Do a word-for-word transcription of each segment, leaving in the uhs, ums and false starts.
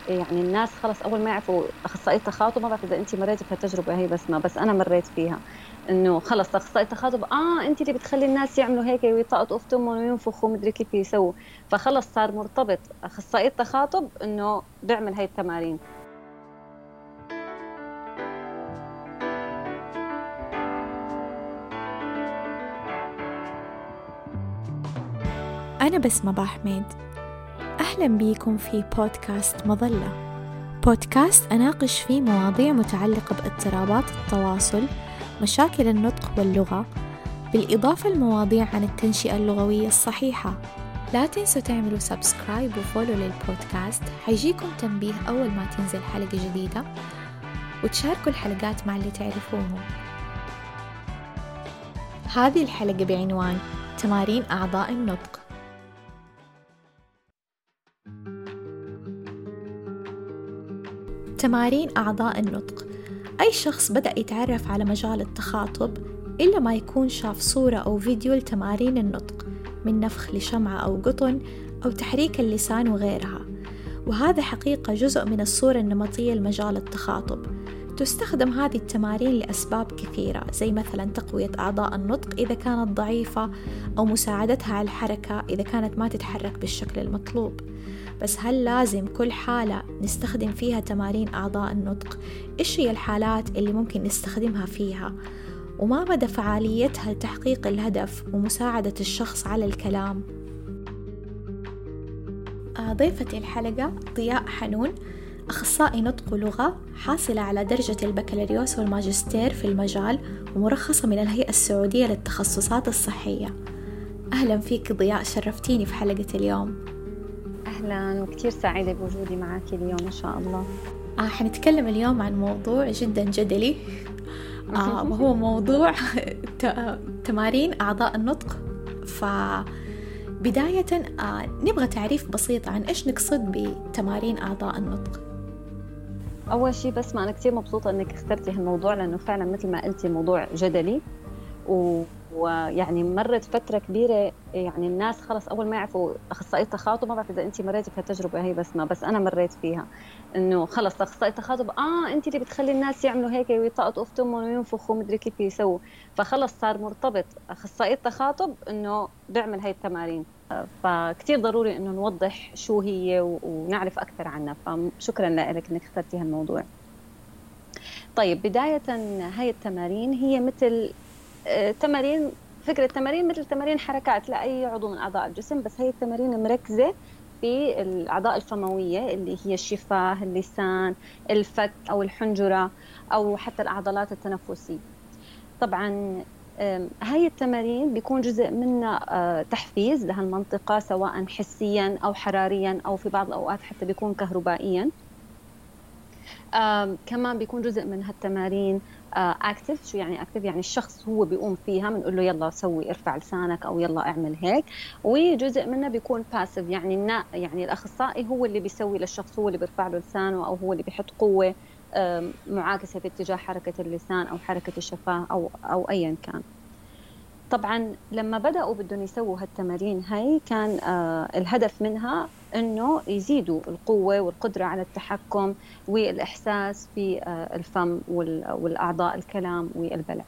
يعني الناس خلص أول ما يعرفوا أخصائي التخاطب، ما بعرف إذا أنت مريتي بهالتجربة هي، بس ما بس أنا مريت فيها، إنه خلص أخصائي التخاطب آه أنت اللي بتخلي الناس يعملوا هيك ويطقطقوا في تمهم وينفخوا ومدري كيف يسووا، فخلص صار مرتبط أخصائي التخاطب إنه بيعمل هاي التمارين. أنا بسمة باحمد، أهلا بيكم في بودكاست مظلة، بودكاست أناقش فيه مواضيع متعلقة باضطرابات التواصل، مشاكل النطق واللغة، بالإضافة لمواضيع عن التنشئة اللغوية الصحيحة. لا تنسوا تعملوا سبسكرايب وفولو للبودكاست، حيجيكم تنبيه أول ما تنزل حلقة جديدة، وتشاركوا الحلقات مع اللي تعرفوهم. هذه الحلقة بعنوان تمارين أعضاء النطق. تمارين أعضاء النطق. أي شخص بدأ يتعرف على مجال التخاطب إلا ما يكون شاف صورة أو فيديو لتمارين النطق، من نفخ لشمعة أو قطن أو تحريك اللسان وغيرها، وهذا حقيقة جزء من الصورة النمطية لمجال التخاطب. تستخدم هذه التمارين لأسباب كثيرة، زي مثلا تقوية أعضاء النطق إذا كانت ضعيفة، أو مساعدتها على الحركة إذا كانت ما تتحرك بالشكل المطلوب. بس هل لازم كل حالة نستخدم فيها تمارين أعضاء النطق؟ إيش هي الحالات اللي ممكن نستخدمها فيها؟ وما مدى فعاليتها لتحقيق الهدف ومساعدة الشخص على الكلام؟ ضيفة الحلقة ضياء حنون، أخصائي نطق ولغة، حاصلة على درجة البكالوريوس والماجستير في المجال، ومرخصة من الهيئة السعودية للتخصصات الصحية. أهلا فيك ضياء، شرفتيني في حلقة اليوم. أهلا، وكتير سعيدة بوجودي معك اليوم إن شاء الله. آه حنتكلم اليوم عن موضوع جدا جدلي، آه وهو موضوع تمارين أعضاء النطق. فبداية آه نبغى تعريف بسيط عن إيش نقصد بتمارين أعضاء النطق. أول شيء بس ما أنا كتير مبسوطة أنك اخترتي هالموضوع، لأنه فعلا مثل ما قلتي موضوع جدلي، و... ويعني مرت فترة كبيرة، يعني الناس خلص أول ما يعرفوا أخصائي التخاطب، ما بعرف إذا أنت مريتي بهالتجربة هي، بس ما بس أنا مريت فيها، إنه خلص أخصائي التخاطب آه أنت اللي بتخلي الناس يعملوا هيك ويطقطقوا في تمهم وينفخوا ومدري كيف يسووا، فخلص صار مرتبط أخصائي التخاطب إنه بيعمل هاي التمارين. فكتير ضروري إنه نوضح شو هي ونعرف أكثر عنها، فشكرا لك إنك اخترتي هالموضوع. طيب بداية، هاي التمارين هي مثل تمارين، فكرة تمارين مثل تمارين حركات لأي عضو من أعضاء الجسم، بس هي التمارين مركزة في الأعضاء الفموية اللي هي الشفاه، اللسان، الفك أو الحنجرة، أو حتى العضلات التنفسية. طبعا هاي التمارين بيكون جزء منها تحفيز لهالمنطقة، سواء حسيا أو حراريا، أو في بعض الأوقات حتى بيكون كهربائيا. كمان بيكون جزء من هالتمارين اكتف. شو يعني اكتف؟ يعني الشخص هو بيقوم فيها، بنقول له يلا سوي، ارفع لسانك، او يلا اعمل هيك. وجزء منه بيكون باسيف، يعني النا يعني الاخصائي هو اللي بيسوي للشخص، هو اللي بيرفع له لسانه، او هو اللي بيحط قوه معاكسه في اتجاه حركه اللسان او حركه الشفاه او او ايا كان. طبعا لما بدأوا بدهم يسووا هالتمارين هاي، كان آه الهدف منها انه يزيدوا القوة والقدرة على التحكم والإحساس في آه الفم والأعضاء الكلام والبلع.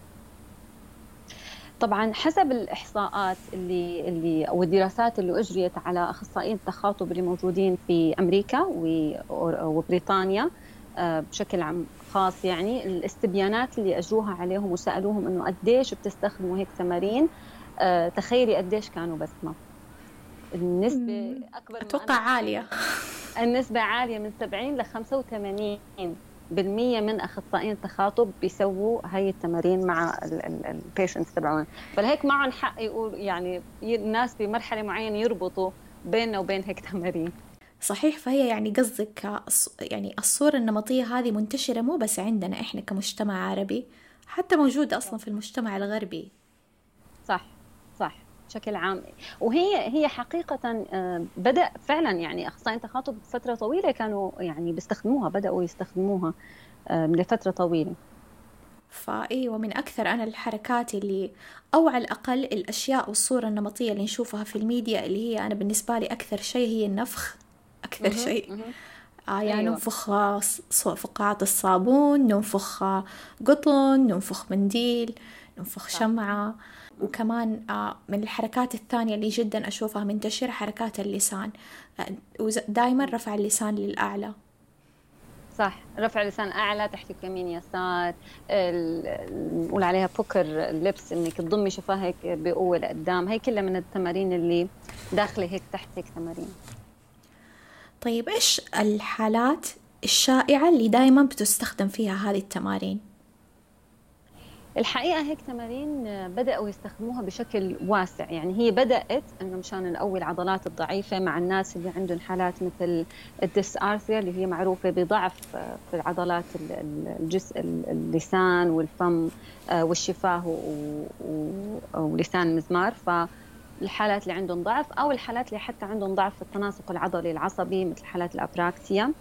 طبعا حسب الإحصاءات اللي اللي أو الدراسات اللي أجريت على أخصائيين التخاطب اللي موجودين في أمريكا وبريطانيا آه بشكل عام خاص، يعني الاستبيانات اللي أجروها عليهم وسألوهم إنه قديش بتستخدموا هيك تمارين، أه تخيلي قديش كانوا بسمة. النسبة أكبر، أتوقع عالية. النسبة عالية، من سبعين ل خمسة وثمانين بالمية من أخصائيين التخاطب بيسووا هاي التمارين مع البيشنتس تبعون. فلهيك معهم حق يقول، يعني الناس بمرحلة معينة يربطوا بيننا وبين هيك تمارين. صحيح. فهي يعني قصدك يعني الصورة النمطية هذه منتشرة مو بس عندنا إحنا كمجتمع عربي، حتى موجودة أصلا في المجتمع الغربي. صح صح بشكل عام. وهي هي حقيقة بدأ فعلا، يعني أخصائيين التخاطب فترة طويلة كانوا يعني بيستخدموها، بدأوا يستخدموها لفترة طويلة. فأيوة، من أكثر أنا الحركات اللي أو على الأقل الأشياء والصورة النمطية اللي نشوفها في الميديا، اللي هي أنا بالنسبة لي أكثر شيء هي النفخ، أكثر شيء. آه يعني أيوة. ننفخ آه، ص- فقاعات الصابون، ننفخ آه، قطن، ننفخ منديل، ننفخ صح. شمعة. وكمان آه، من الحركات الثانية اللي جدا أشوفها منتشرة حركات اللسان، دائما رفع اللسان للأعلى. صح، رفع اللسان أعلى، تحت يمين يسار، ال- ال- نقول عليها بوكر اللبس، إنك تضمي شفاهك بقوة لقدام. هي كلها من التمارين اللي داخلة هيك تحت هيك تمارين. طيب إيش الحالات الشائعة اللي دائما بتستخدم فيها هذه التمارين؟ الحقيقة هيك تمارين بدأوا يستخدموها بشكل واسع. يعني هي بدأت إنه مشان نقوي العضلات الضعيفة مع الناس اللي عندهم حالات مثل الديسارثريا، اللي هي معروفة بضعف في عضلات الجزء اللسان والفم والشفاه ولسان المزمار. فالحالات اللي عندهم ضعف، أو الحالات اللي حتى عندهم ضعف في التناسق العضلي العصبي مثل حالات الأبراكسيا.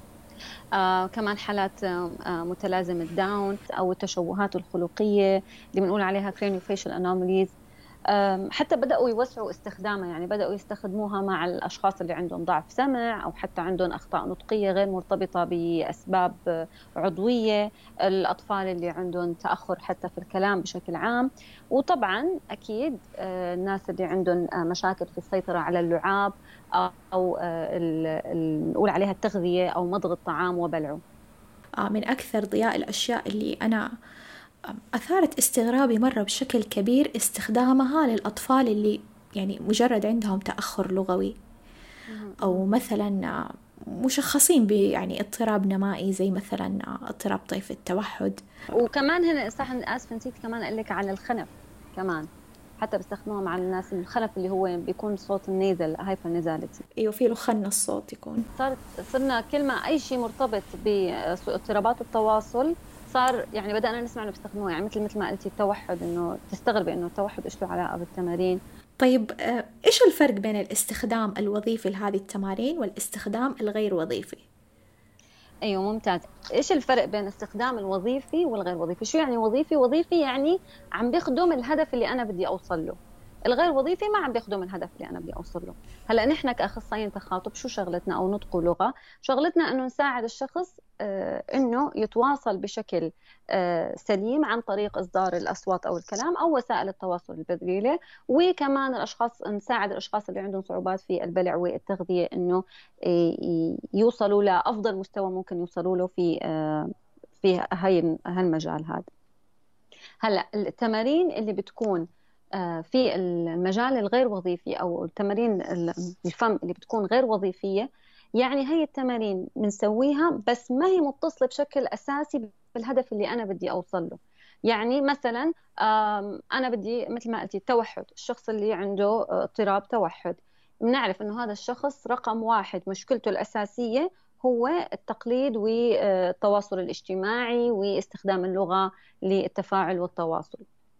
آه كمان حالات آه متلازمة داون أو التشوهات الخلقية اللي بنقول عليها craniofacial anomalies. آه حتى بدأوا يوسعوا استخدامها، يعني بدأوا يستخدموها مع الأشخاص اللي عندهم ضعف سمع أو حتى عندهم أخطاء نطقية غير مرتبطة بأسباب عضوية، الأطفال اللي عندهم تأخر حتى في الكلام بشكل عام. وطبعا أكيد آه الناس اللي عندهم آه مشاكل في السيطرة على اللعاب، أو نقول عليها التغذية أو مضغ الطعام وبلعه. من أكثر ضياء الأشياء اللي أنا أثارت استغرابي مرة بشكل كبير استخدامها للأطفال اللي يعني مجرد عندهم تأخر لغوي، أو مثلا مشخصين يعني اضطراب نمائي زي مثلا اضطراب طيف التوحد. وكمان هنا صح، آسفة نسيت كمان أقول لك على الخنف كمان، حتى بستخدموها مع الناس الخنف اللي هو بيكون صوت النيزل، هايبر نيزاليتي. ايوه، في له خن الصوت يكون. صارت صرنا كلمة أي شيء مرتبط باضطرابات التواصل صار يعني بدأنا نسمع إنه بيستخدموه، يعني مثل مثل ما قلتي التوحد، إنه تستغربي إنه التوحد إيش له علاقة بالتمارين. طيب إيش الفرق بين الاستخدام الوظيفي لهذه التمارين والاستخدام الغير وظيفي؟ ايوه ممتاز. ايش الفرق بين استخدام الوظيفي والغير وظيفي؟ شو يعني وظيفي؟ وظيفي يعني عم بيخدم الهدف اللي انا بدي اوصل له. الغير وظيفي ما عم بيخدم الهدف اللي انا بدي اوصل له. هلا نحن كاخصائيين تخاطب شو شغلتنا، او نطق ولغه، شغلتنا انه نساعد الشخص آه انه يتواصل بشكل آه سليم عن طريق اصدار الاصوات او الكلام او وسائل التواصل البديله. وكمان الاشخاص نساعد الاشخاص اللي عندهم صعوبات في البلع والتغذيه انه يوصلوا لافضل مستوى ممكن يوصلوا له في آه في هاي هالمجال هذا. هلا التمارين اللي بتكون في المجال الغير وظيفي، او التمارين الفم اللي بتكون غير وظيفيه، يعني هي التمارين بنسويها بس ما هي متصله بشكل اساسي بالهدف اللي انا بدي اوصل له. يعني مثلا انا بدي مثل ما قلتي التوحد، الشخص اللي عنده اضطراب توحد بنعرف انه هذا الشخص رقم واحد مشكلته الاساسيه هو التقليد والتواصل الاجتماعي واستخدام اللغه للتفاعل والتواصل.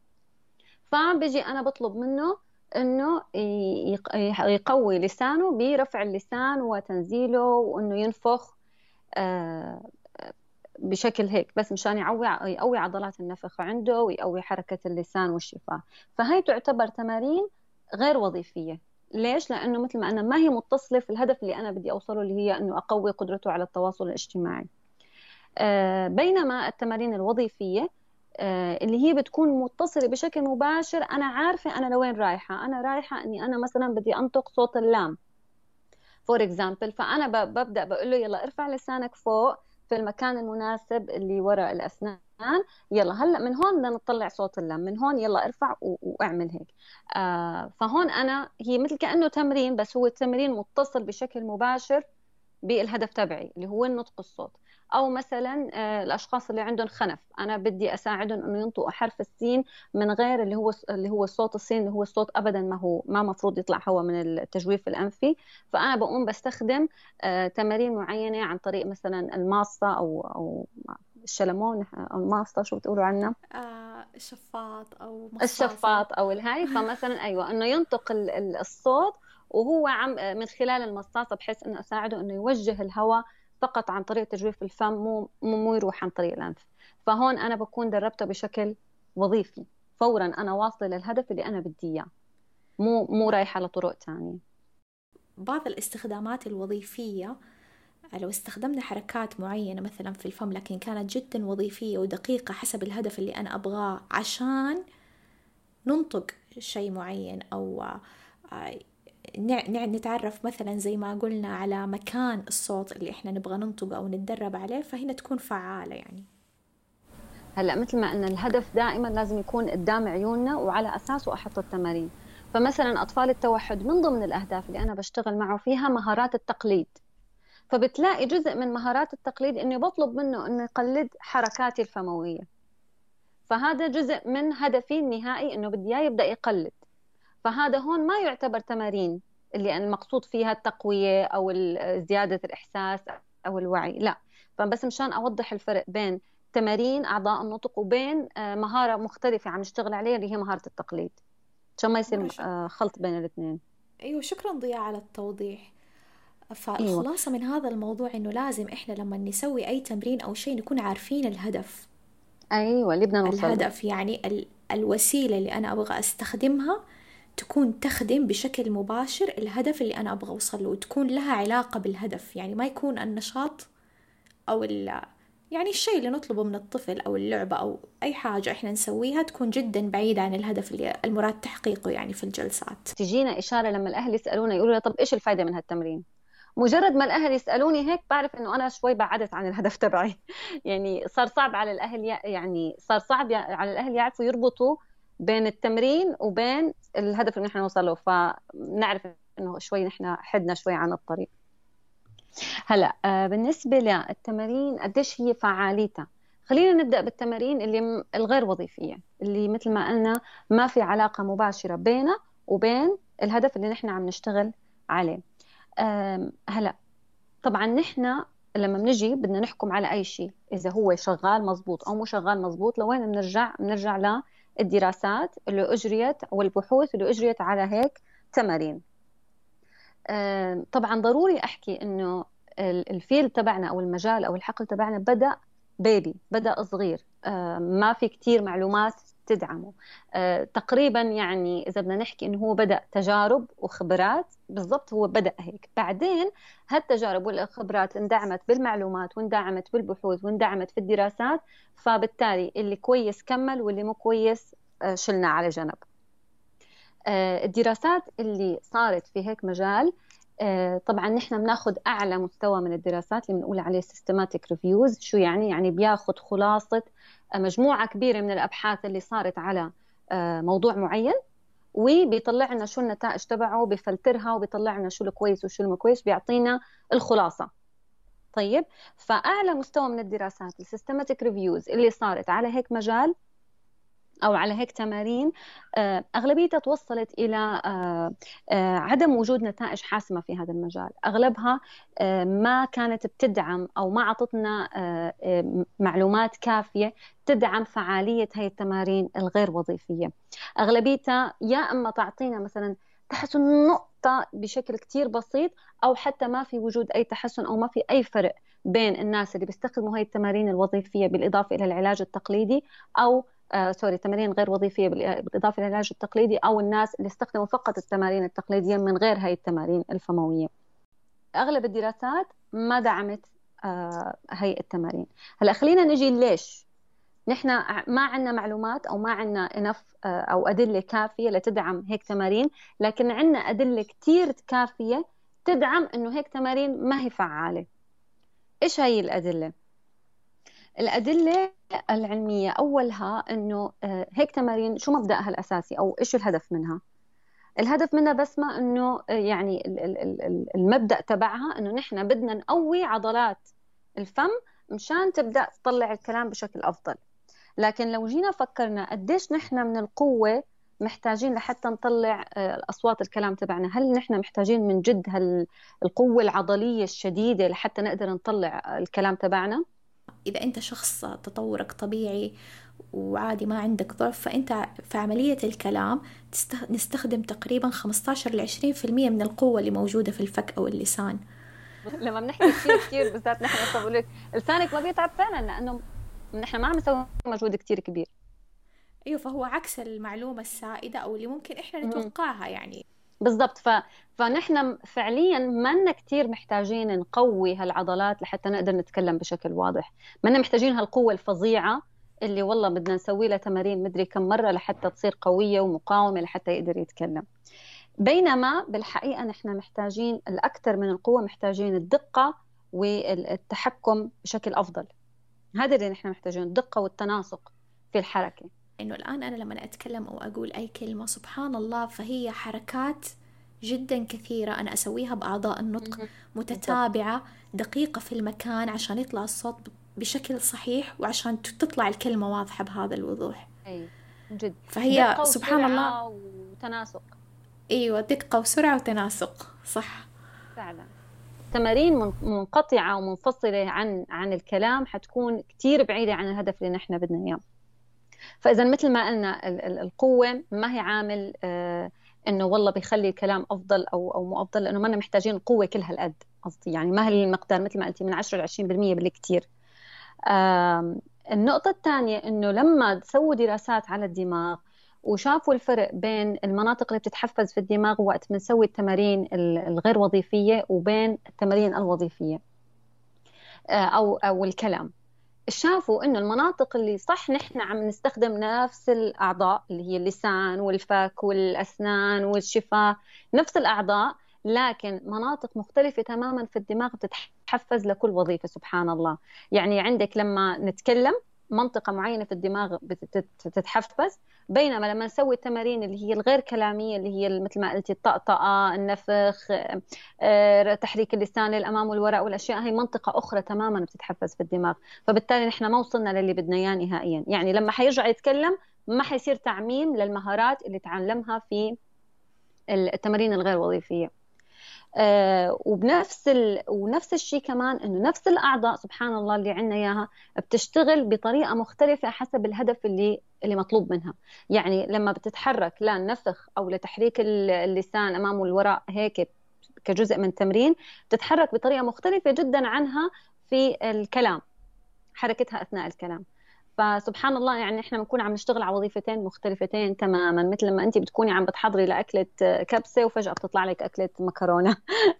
فبيجي أنا بطلب منه إنه يقوي لسانه برفع اللسان وتنزيله، وإنه ينفخ بشكل هيك بس مشان يقوي يقوي عضلات النفخ عنده ويقوي حركة اللسان والشفاه. فهي تعتبر تمارين غير وظيفية. ليش؟ لأنه مثل ما أنا ما هي متصلة في الهدف اللي أنا بدي أوصله، اللي هي إنه أقوي قدرته على التواصل الاجتماعي. بينما التمارين الوظيفية اللي هي بتكون متصلة بشكل مباشر، أنا عارفة أنا لوين رايحة. أنا رايحة أني أنا مثلا بدي أنطق صوت اللام فور إكزامبل، فأنا ببدأ بقول له يلا ارفع لسانك فوق في المكان المناسب اللي وراء الأسنان، يلا هلأ من هون بدنا نطلع صوت اللام، من هون يلا ارفع واعمل هيك. آه فهون أنا هي مثل كأنه تمرين، بس هو التمرين متصل بشكل مباشر بالهدف تبعي اللي هو نطق الصوت. او مثلا الاشخاص اللي عندهم خنف، انا بدي اساعدهم انه ينطقوا حرف السين من غير اللي هو اللي هو صوت السين، اللي هو الصوت ابدا ما هو ما مفروض يطلع هو من التجويف الانفي. فانا بقوم بستخدم تمارين معينه عن طريق مثلا الماصه او او الشلمون او الماصه، شو بتقولوا عنها؟ آه الشفاط او مصاصه. الشفاط او الهاي. فمثلا ايوه انه ينطق الصوت وهو عم من خلال المصاصه، بحيث انه اساعده انه يوجه الهواء فقط عن طريق تجويف الفم، مو مو يروح عن طريق الانف. فهون انا بكون دربته بشكل وظيفي، فورا انا واصله للهدف اللي انا بدي اياه، مو مو رايحه لطرق ثانيه. بعض الاستخدامات الوظيفيه لو استخدمنا حركات معينة مثلا في الفم لكن كانت جدا وظيفية ودقيقة حسب الهدف اللي أنا أبغاه عشان ننطق شيء معين، أو نتعرف مثلا زي ما قلنا على مكان الصوت اللي إحنا نبغى ننطقه أو نتدرب عليه، فهنا تكون فعالة يعني. هلأ مثل ما أن الهدف دائما لازم يكون قدام عيوننا وعلى أساسه أحط التمارين. فمثلا أطفال التوحد من ضمن الأهداف اللي أنا بشتغل معه فيها مهارات التقليد، فبتلاقي جزء من مهارات التقليد إني بطلب منه إنه يقلد حركاتي الفموية، فهذا جزء من هدفي النهائي إنه بدي إياه يبدأ يقلد. فهذا هون ما يعتبر تمارين اللي المقصود فيها التقوية أو زيادة الإحساس أو الوعي، لا. فبس مشان أوضح الفرق بين تمارين أعضاء النطق وبين مهارة مختلفة عم نشتغل عليها اللي هي مهارة التقليد، عشان ما يصير خلط بين الاثنين. أيوة، شكرا ضياء على التوضيح. فالخلاصة أيوة. من هذا الموضوع إنه لازم إحنا لما نسوي أي تمرين أو شيء نكون عارفين الهدف. أيوة، اللي بدنا نوصل الهدف يعني ال- الوسيلة اللي أنا أبغى أستخدمها تكون تخدم بشكل مباشر الهدف اللي أنا أبغى أوصل له، وتكون لها علاقة بالهدف. يعني ما يكون النشاط أو يعني الشيء اللي نطلبه من الطفل أو اللعبة أو أي حاجة إحنا نسويها تكون جدا بعيدة عن الهدف اللي المراد تحقيقه يعني في الجلسات. تجينا إشارة لما الأهل يسألونا يقولوا طب إيش الفايدة من هالتمرين؟ مجرد ما الأهل يسألوني هيك بعرف إنه أنا شوي بعدت عن الهدف تبعي. يعني صار صعب على الأهل يعني صار صعب على الأهل يعرفوا يربطوا بين التمرين وبين الهدف اللي نحن نوصله، فنعرف إنه شوي نحن حدنا شوي عن الطريق. هلا بالنسبة للتمارين قديش هي فعاليتها، خلينا نبدأ بالتمارين اللي الغير وظيفية، اللي مثل ما قلنا ما في علاقة مباشرة بينها وبين الهدف اللي نحن عم نشتغل عليه. هلا طبعا نحن لما بنجي بدنا نحكم على أي شيء إذا هو شغال مزبوط أو مو شغال مزبوط، لوين بنرجع؟ بنرجع للدراسات اللي أجريت والبحوث اللي أجريت على هيك تمارين. طبعا ضروري أحكي إنه الفيل تبعنا أو المجال أو الحقل تبعنا بدأ بيبي، بدأ صغير، ما في كتير معلومات تدعمه تقريبا. يعني إذا بدنا نحكي إنه هو بدأ تجارب وخبرات، بالضبط هو بدأ هيك. بعدين هالتجارب والخبرات اندعمت بالمعلومات واندعمت بالبحوث واندعمت في الدراسات، فبالتالي اللي كويس كمل واللي مو كويس شلنا على جنب. الدراسات اللي صارت في هيك مجال طبعا نحن بناخذ اعلى مستوى من الدراسات اللي بنقول عليه systematic reviews. شو يعني؟ يعني بياخذ خلاصه مجموعه كبيره من الابحاث اللي صارت على موضوع معين، وبيطلع لنا شو النتائج تبعه، بفلترها وبيطلع لنا شو الكويس وشو المو كويس، بيعطينا الخلاصه. طيب، فاعلى مستوى من الدراسات السيستماتيك ريفيوز اللي صارت على هيك مجال أو على هيك تمارين أغلبيتها توصلت إلى عدم وجود نتائج حاسمة في هذا المجال. أغلبها ما كانت بتدعم أو ما عطتنا معلومات كافية تدعم فعالية هاي التمارين الغير وظيفية. أغلبيتها يا أما تعطينا مثلا تحسن نقطة بشكل كتير بسيط، أو حتى ما في وجود أي تحسن أو ما في أي فرق بين الناس اللي بيستخدموا هاي التمارين الوظيفية بالإضافة إلى العلاج التقليدي أو آه، سوري تمارين غير وظيفية بالإضافة إلى العلاج التقليدي، أو الناس اللي استخدموا فقط التمارين التقليدية من غير هاي التمارين الفموية. أغلب الدراسات ما دعمت آه، هاي التمارين. هلأ خلينا نجي ليش نحن ما عندنا معلومات أو ما عندنا إنف آه، أو أدلة كافية لتدعم هيك تمارين، لكن عندنا أدلة كتير كافية تدعم إنه هيك تمارين ما هي فعالة. إيش هاي الأدلة؟ الأدلة العلمية أولها أنه هيك تمارين شو مبدأها الأساسي أو إيش الهدف منها؟ الهدف منها بس ما أنه يعني المبدأ تبعها أنه نحن بدنا نقوي عضلات الفم مشان تبدأ تطلع الكلام بشكل أفضل. لكن لو جينا فكرنا قديش نحن من القوة محتاجين لحتى نطلع الأصوات الكلام تبعنا، هل نحن محتاجين من جد هالقوة العضلية الشديدة لحتى نقدر نطلع الكلام تبعنا؟ إذا أنت شخص تطورك طبيعي وعادي ما عندك ضعف، فأنت في عملية الكلام نستخدم تقريبا خمسة عشر إلى عشرين بالمئة من القوة اللي موجودة في الفك أو اللسان. لما بنحكي كتير كتير بالذات نحن بقول لك لسانك ما بيتعب فعلا، لأنه نحن ما عم نسوي مجهود كتير كبير. أيوة، فهو عكس المعلومة السائدة أو اللي ممكن إحنا نتوقعها. يعني بالضبط. ف... فنحن فعليا ما كتير محتاجين نقوي هالعضلات لحتى نقدر نتكلم بشكل واضح. ما محتاجين هالقوة الفظيعة اللي والله بدنا نسوي لها تمارين مدري كم مرة لحتى تصير قوية ومقاومة لحتى يقدر يتكلم. بينما بالحقيقة نحن محتاجين الأكثر من القوة، محتاجين الدقة والتحكم بشكل أفضل. هذا اللي نحن محتاجين، الدقة والتناسق في الحركة. إنه الآن أنا لما أتكلم أو أقول أي كلمة سبحان الله فهي حركات جدا كثيرة أنا أسويها بأعضاء النطق متتابعة دقيقة في المكان عشان يطلع الصوت بشكل صحيح وعشان تطلع الكلمة واضحة بهذا الوضوح. أي جد. فهي سبحان الله وتناسق. أيوة، دقة وسرعة وتناسق، صح فعلا. تمارين منقطعة ومنفصلة عن عن الكلام حتكون كتير بعيدة عن الهدف اللي نحن بدنا إياه. فإذا مثل ما قلنا القوة ما هي عامل آه إنه والله بيخلي الكلام أفضل أو أو مو أفضل، لأنه ما أنا محتاجين قوة كل هالقد. قصدي يعني ما هي المقدار مثل ما قلتي من عشرة ل عشرين بالمية بالكتير. آه النقطة الثانية إنه لما سووا دراسات على الدماغ وشافوا الفرق بين المناطق اللي بتتحفز في الدماغ وقت بنسوي التمارين الغير وظيفية وبين التمارين الوظيفية أو أو الكلام، شافوا إنه المناطق اللي صح نحن عم نستخدم نفس الأعضاء اللي هي اللسان والفك والأسنان والشفاه، نفس الأعضاء، لكن مناطق مختلفة تماما في الدماغ بتتحفز لكل وظيفة. سبحان الله. يعني عندك لما نتكلم منطقة معينة في الدماغ بتتحفز، بينما لما نسوي التمارين اللي هي الغير كلامية اللي هي مثل ما قلتي الطقطقة، النفخ، تحريك اللسان للأمام والوراء والأشياء، هي منطقة أخرى تماما بتتحفز في الدماغ. فبالتالي نحن ما وصلنا للي بدنا إياه نهائيا. يعني لما حيرجع يتكلم ما حيصير تعميم للمهارات اللي تعلمها في التمارين الغير وظيفية. آه وبنفس ال... ونفس الشيء كمان انه نفس الاعضاء سبحان الله اللي عندنا اياها بتشتغل بطريقه مختلفه حسب الهدف اللي اللي مطلوب منها. يعني لما بتتحرك للنفخ او لتحريك اللسان امام والوراء هيك كجزء من تمرين، بتتحرك بطريقه مختلفه جدا عنها في الكلام، حركتها اثناء الكلام. فسبحان الله يعني احنا بنكون عم نشتغل على وظيفتين مختلفتين تماما، مثل لما انت بتكوني عم بتحضري لاكله كبسه وفجاه بتطلع لك اكله مكرونه.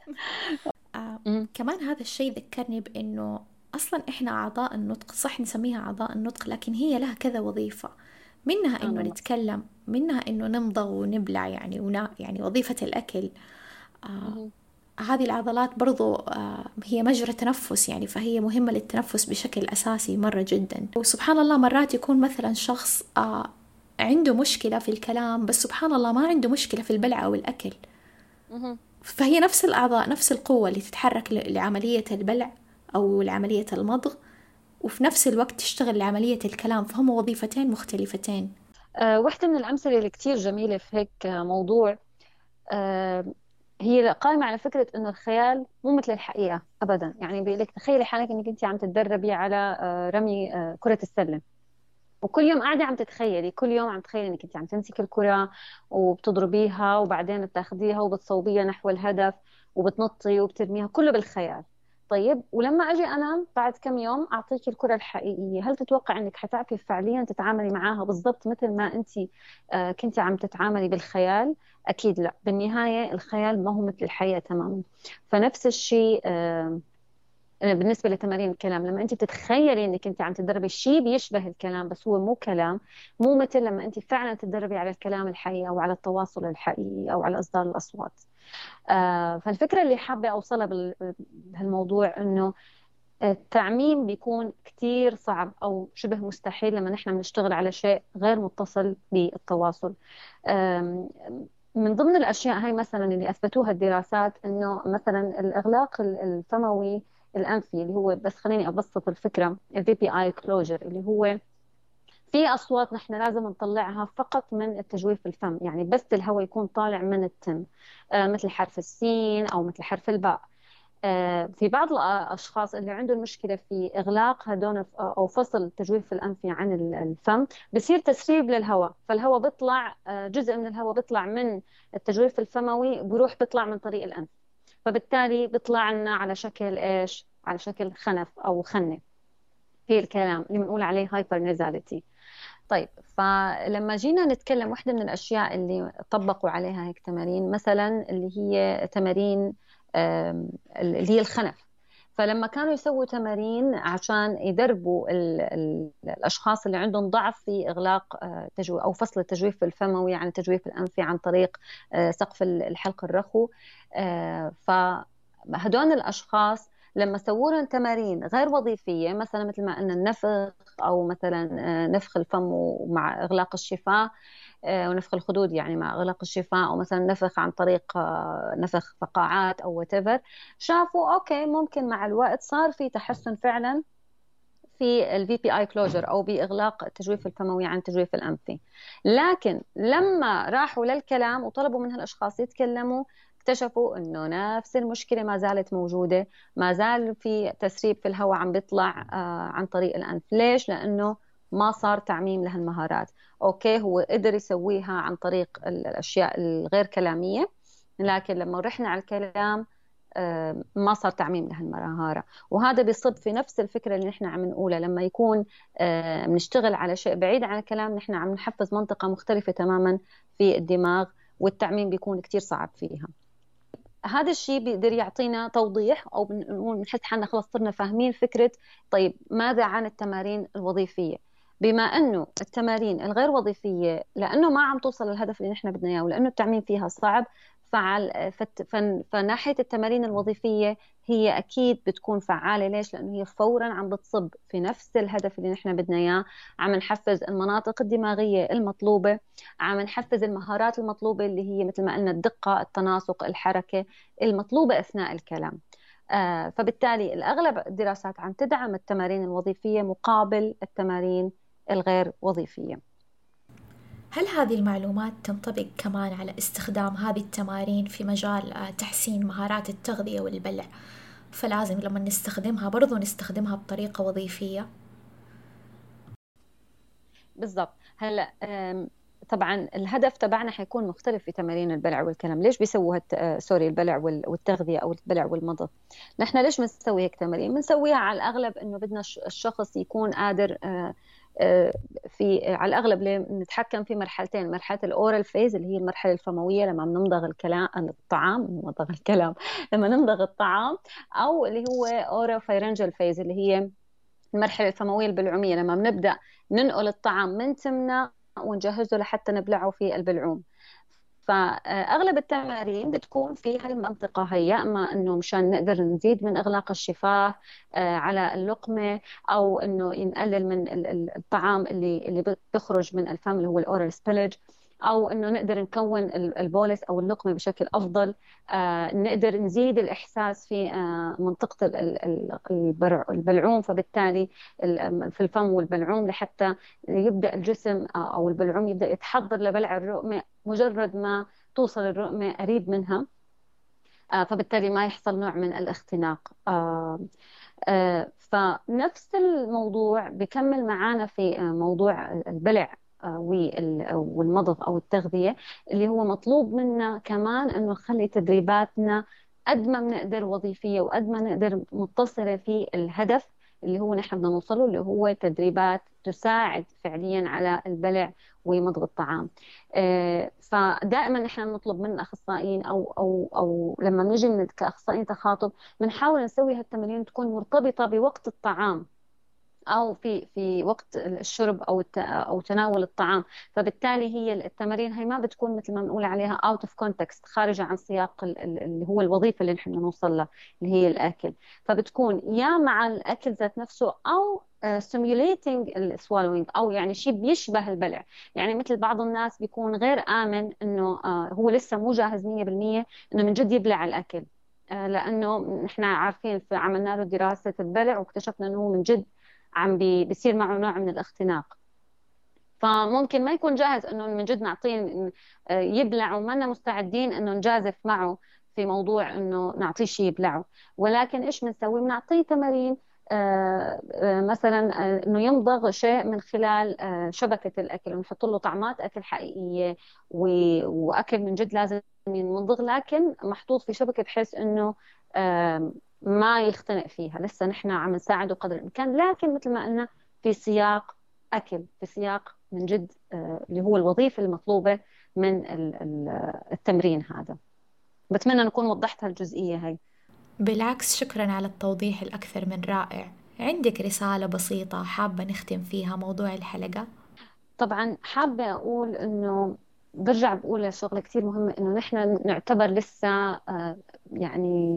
آه كمان هذا الشيء ذكرني بانه اصلا احنا اعضاء النطق صح نسميها اعضاء النطق، لكن هي لها كذا وظيفه، منها انه نتكلم، منها انه نمضغ ونبلع يعني ونا يعني وظيفه الاكل. آه هذه العضلات برضو آه هي مجرى تنفس يعني، فهي مهمة للتنفس بشكل أساسي مرة جدا. وسبحان الله مرات يكون مثلا شخص آه عنده مشكلة في الكلام بس سبحان الله ما عنده مشكلة في البلع أو الأكل، فهي نفس الأعضاء نفس القوة اللي تتحرك لعملية البلع أو لعملية المضغ، وفي نفس الوقت تشتغل لعملية الكلام، فهم وظيفتين مختلفتين. آه واحدة من الأمثلة اللي كتير جميلة في هيك موضوع آه هي قائمة على فكرة إنه الخيال مو مثل الحقيقة أبدا. يعني بيقول لك تخيلي حالك إنك أنت عم تتدربي على رمي كرة السلة، وكل يوم قاعدة عم تتخيلي، كل يوم عم تتخيلي إنك أنت عم تمسكي الكرة وبتضربيها وبعدين بتاخديها وبتصوبيها نحو الهدف وبتنطي وبترميها، كله بالخيال. طيب ولما أجي أنا بعد كم يوم أعطيك الكرة الحقيقية، هل تتوقع إنك حتعرفي فعليا تتعاملي معاها بالضبط مثل ما أنت كنتي عم تتعاملي بالخيال؟ أكيد لا. بالنهاية الخيال ما هو مثل الحقيقة تماما. فنفس الشيء بالنسبة لتمارين الكلام، لما أنت بتتخيلي إنك أنت عم تدربي شيء بيشبه الكلام بس هو مو كلام، مو مثل لما أنت فعلا تدربي على الكلام الحقيقي أو على التواصل الحقيقي أو على إصدار الأصوات. آه فالفكرة اللي حابة أوصلها بهالموضوع إنه التعميم بيكون كتير صعب أو شبه مستحيل لما نحن بنشتغل على شيء غير متصل بالتواصل. من ضمن الأشياء هاي مثلا اللي أثبتوها الدراسات إنه مثلا الإغلاق الفموي الأنفي اللي هو، بس خليني أبسط الفكرة، ال في بي آي closure، اللي هو في أصوات نحن لازم نطلعها فقط من التجويف الفم، يعني بس الهواء يكون طالع من التم، آه مثل حرف السين أو مثل حرف الباء. في بعض الأشخاص اللي عندهم مشكلة في إغلاق هدول أو فصل التجويف الأنفي عن الفم بصير تسريب للهواء، فالهواء بيطلع، جزء من الهواء بيطلع من التجويف الفموي بروح بيطلع من طريق الأنف، فبالتالي بيطلع لنا على شكل إيش؟ على شكل خنف أو خنة في الكلام اللي بنقول عليه هايبر نيزاليتي. طيب، فلما جينا نتكلم، واحدة من الأشياء اللي طبقوا عليها هيك تمارين مثلا اللي هي تمارين آم، اللي هي الخنف. فلما كانوا يسووا تمارين عشان يدربوا ال ال الأشخاص اللي عندهم ضعف في إغلاق آه، تجو أو فصل التجويف الفموي عن التجويف الأنفي عن طريق آه، سقف الحلق الرخو، آه، فهدول الأشخاص لما سووا لهم تمارين غير وظيفية، مثلا مثل ما قلنا النفخ، أو مثلا آه، نفخ الفم مع إغلاق الشفاه، آه، ونفخ الخدود يعني مع إغلاق الشفاه، أو مثلا نفخ عن طريق آه، نفخ فقاعات أو whatever، شافوا أوكي ممكن مع الوقت صار في تحسن فعلا في ال في بي آي closure أو بإغلاق التجويف الفموي عن التجويف الأنفي. لكن لما راحوا للكلام وطلبوا من هالأشخاص يتكلموا، اكتشفوا انه نفس المشكله ما زالت موجوده، ما زال في تسريب في الهواء عم بيطلع آه، عن طريق الانف. ليش؟ لانه ما صار تعميم لهالمهارات. اوكي، هو قدر يسويها عن طريق الاشياء الغير كلاميه، لكن لما رحنا على الكلام آه، ما صار تعميم لهالمهارة. وهذا بيصب في نفس الفكرة اللي نحن عم نقولها، لما يكون آه، بنشتغل على شيء بعيد عن الكلام، نحن عم نحفز منطقة مختلفة تماما في الدماغ، والتعميم بيكون كتير صعب فيها. هذا الشيء بيقدر يعطينا توضيح، او بنقول بنحس حالنا خلص صرنا فاهمين فكره. طيب ماذا عن التمارين الوظيفيه؟ بما انه التمارين الغير وظيفيه لانه ما عم توصل للهدف اللي نحن بدنا اياه، ولانه التعميم فيها صعب، فعل فت فن فناحيه التمارين الوظيفيه هي اكيد بتكون فعاله. ليش؟ لانه هي فورا عم بتصب في نفس الهدف اللي نحن بدنا اياه. عم نحفز المناطق الدماغيه المطلوبه، عم نحفز المهارات المطلوبه اللي هي مثل ما قلنا الدقه، التناسق، الحركه المطلوبة أثناء الكلام. آه، فبالتالي الأغلب الدراسات عم تدعم التمارين الوظيفية مقابل التمارين الغير وظيفية. هل هذه المعلومات تنطبق كمان على استخدام هذه التمارين في مجال آه، تحسين مهارات التغذية والبلع؟ فلازم لما نستخدمها برضو نستخدمها بطريقة وظيفية. بالضبط. هلا طبعا الهدف تبعنا حيكون مختلف في تمارين البلع والكلام. ليش بيسووا هت... آه، سوري البلع وال... والتغذية أو البلع والمضغ؟ نحن ليش بنسوي هيك تمارين؟ بنسويها على الأغلب إنه بدنا الشخص يكون قادر آه، آه، في على الأغلب نتحكم في مرحلتين: مرحلة الأورال فيز اللي هي المرحلة الفموية لما بنمضغ الكلام الطعام مضغ الكلام لما نمضغ الطعام، أو اللي هو أورال فايرنجال فيز اللي هي المرحلة الفموية البلعومية لما بنبدأ ننقل الطعام من تمنا ونجهزه لحتى نبلعه في البلعوم. فأغلب التمارين بتكون في هالمنطقة هي، يا إما إنه مشان نقدر نزيد من إغلاق الشفاه آه، على اللقمة، أو إنه نقلل من الطعام اللي اللي بيخرج من الفم اللي هو الأورال سبيلج، أو إنه نقدر نكون البولس أو اللقمة بشكل أفضل. آه، نقدر نزيد الإحساس في آه، منطقة البلعوم، فبالتالي في الفم والبلعوم لحتى يبدأ الجسم أو البلعوم يبدأ يتحضر لبلع الرقمة مجرد ما توصل الرقمة قريب منها، آه، فبالتالي ما يحصل نوع من الاختناق. آه، آه، فنفس الموضوع بكمل معانا في آه، موضوع البلع آه، والمضغ أو التغذية، اللي هو مطلوب منا كمان أنه نخلي تدريباتنا قد ما بنقدر وظيفية، وقد ما نقدر متصلة في الهدف اللي هو نحن بدنا نوصله، اللي هو تدريبات تساعد فعليا على البلع ومضغ الطعام. آه، فدائما نحن نطلب من الاخصائيين او او او لما بنجي كاخصائيين تخاطب بنحاول نسوي هالتمارين تكون مرتبطه بوقت الطعام او في في وقت الشرب او او تناول الطعام. فبالتالي هي التمارين هي ما بتكون مثل ما بنقول عليها اوت اوف كونتكست، خارجه عن سياق اللي هو الوظيفه اللي نحن نوصل لها اللي هي الاكل. فبتكون يا مع الاكل ذات نفسه، او stimulating السوالوينج، او يعني شيء بيشبه البلع. يعني مثل بعض الناس بيكون غير امن انه هو لسه مو جاهز مية بالمية انه من جد يبلع الاكل، لانه نحن عارفين عملنا له دراسه البلع واكتشفنا انه هو من جد عم بي بيصير معه نوع من الاختناق. فممكن ما يكون جاهز انه من جد نعطيه يبلع، وما مستعدين انه نجازف معه في موضوع انه نعطيه شيء يبلعه. ولكن ايش بنسوي؟ بنعطيه تمارين مثلا انه يمضغ شيء من خلال شبكه الاكل، ونحط له طعمات اكل حقيقيه واكل من جد لازم ينمضغ، لكن محطوط في شبكه بحيث انه ما يختنق فيها. لسه نحن عم نساعده قدر الامكان، لكن مثل ما قلنا في سياق اكل، في سياق من جد اللي هو الوظيفة المطلوبة من التمرين هذا. بتمنى نكون وضحت هالجزئية هاي. بالعكس، شكرا على التوضيح الأكثر من رائع. عندك رسالة بسيطة حابة نختم فيها موضوع الحلقة؟ طبعا حابة أقول إنه برجع بقول شغلة كتير مهمة، إنه نحن نعتبر لسه يعني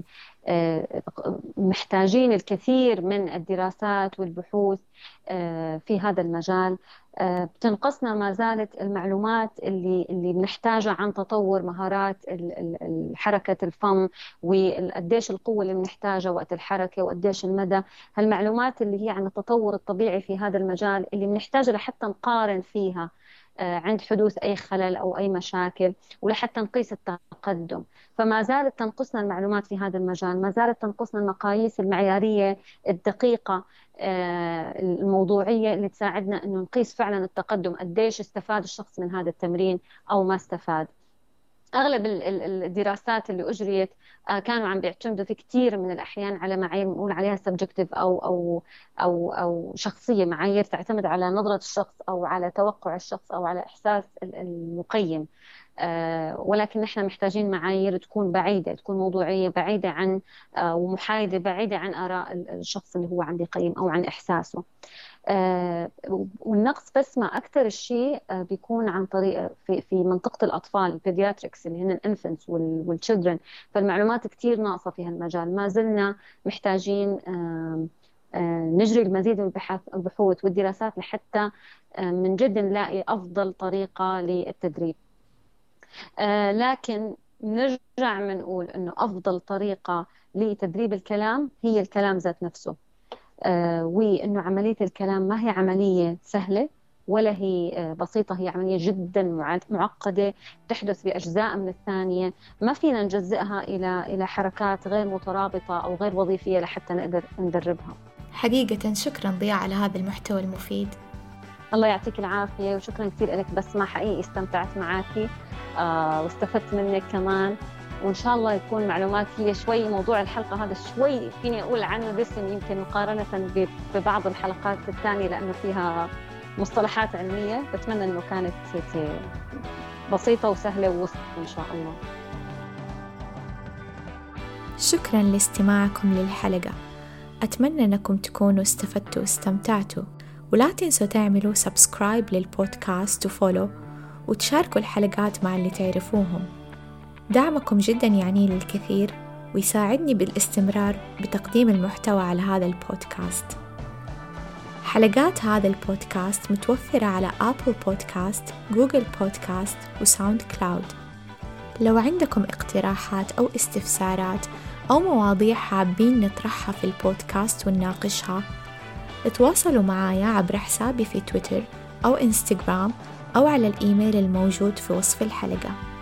محتاجين الكثير من الدراسات والبحوث في هذا المجال. بتنقصنا ما زالت المعلومات اللي اللي بنحتاجها عن تطور مهارات حركة الفم، وقديش القوة اللي بنحتاجها وقت الحركة، وقديش المدى. هالمعلومات اللي هي عن التطور الطبيعي في هذا المجال اللي بنحتاجها لحتى نقارن فيها عند حدوث أي خلل أو أي مشاكل، ولحتى نقيس التقدم. فما زالت تنقصنا المعلومات في هذا المجال، ما زالت تنقصنا المقاييس المعيارية الدقيقة الموضوعية اللي تساعدنا إنه نقيس فعلا التقدم، قديش استفاد الشخص من هذا التمرين أو ما استفاد. أغلب الدراسات اللي أجريت كانوا عم بيعتمدوا في كثير من الأحيان على معايير بنقول عليها subjective أو أو أو أو شخصية، معايير تعتمد على نظرة الشخص أو على توقع الشخص أو على إحساس المقيم. آه ولكن نحن محتاجين معايير تكون بعيدة، تكون موضوعية، بعيدة عن آه ومحايدة، بعيدة عن آراء الشخص اللي هو عم بيقيم أو عن إحساسه. آه والنقص بس ما أكثر الشيء آه بيكون عن طريق في, في منطقة الأطفال البيدياتريكس اللي هن الانفنتس والتشيلدرن. فالمعلومات كتير ناقصة في هالمجال. ما زلنا محتاجين آه آه نجري المزيد من البحوث والدراسات لحتى آه من جد نلاقي أفضل طريقة للتدريب. آه لكن نرجع منقول إنه أفضل طريقة لتدريب الكلام هي الكلام ذات نفسه. آه وإنه عملية الكلام ما هي عملية سهلة ولا هي آه بسيطة، هي عملية جدا معقدة تحدث بأجزاء من الثانية، ما فينا نجزئها إلى إلى حركات غير مترابطة أو غير وظيفية لحتى نقدر ندربها. حقيقة شكرا ضياء على هذا المحتوى المفيد. الله يعطيك العافية وشكرا كثير لك بسمة، حقيقي استمتعت معاكي آه واستفدت منك كمان، وإن شاء الله يكون معلومات هي شوي. موضوع الحلقة هذا شوي فيني أقول عنه دسم يمكن مقارنة ببعض الحلقات الثانية لأنه فيها مصطلحات علمية. بتمنى أنه كانت هيك بسيطة وسهلة ووصلت إن شاء الله. شكرا لاستماعكم للحلقة، أتمنى أنكم تكونوا استفدتوا واستمتعتوا، ولا تنسوا تعملوا سبسكرايب للبودكاست وفولو وتشاركوا الحلقات مع اللي تعرفوهم. دعمكم جدا يعني لي الكثير ويساعدني بالاستمرار بتقديم المحتوى على هذا البودكاست. حلقات هذا البودكاست متوفرة على آبل بودكاست، جوجل بودكاست وساوند كلاود. لو عندكم اقتراحات أو استفسارات أو مواضيع حابين نطرحها في البودكاست ونناقشها، اتواصلوا معايا عبر حسابي في تويتر أو إنستغرام أو على الإيميل الموجود في وصف الحلقة.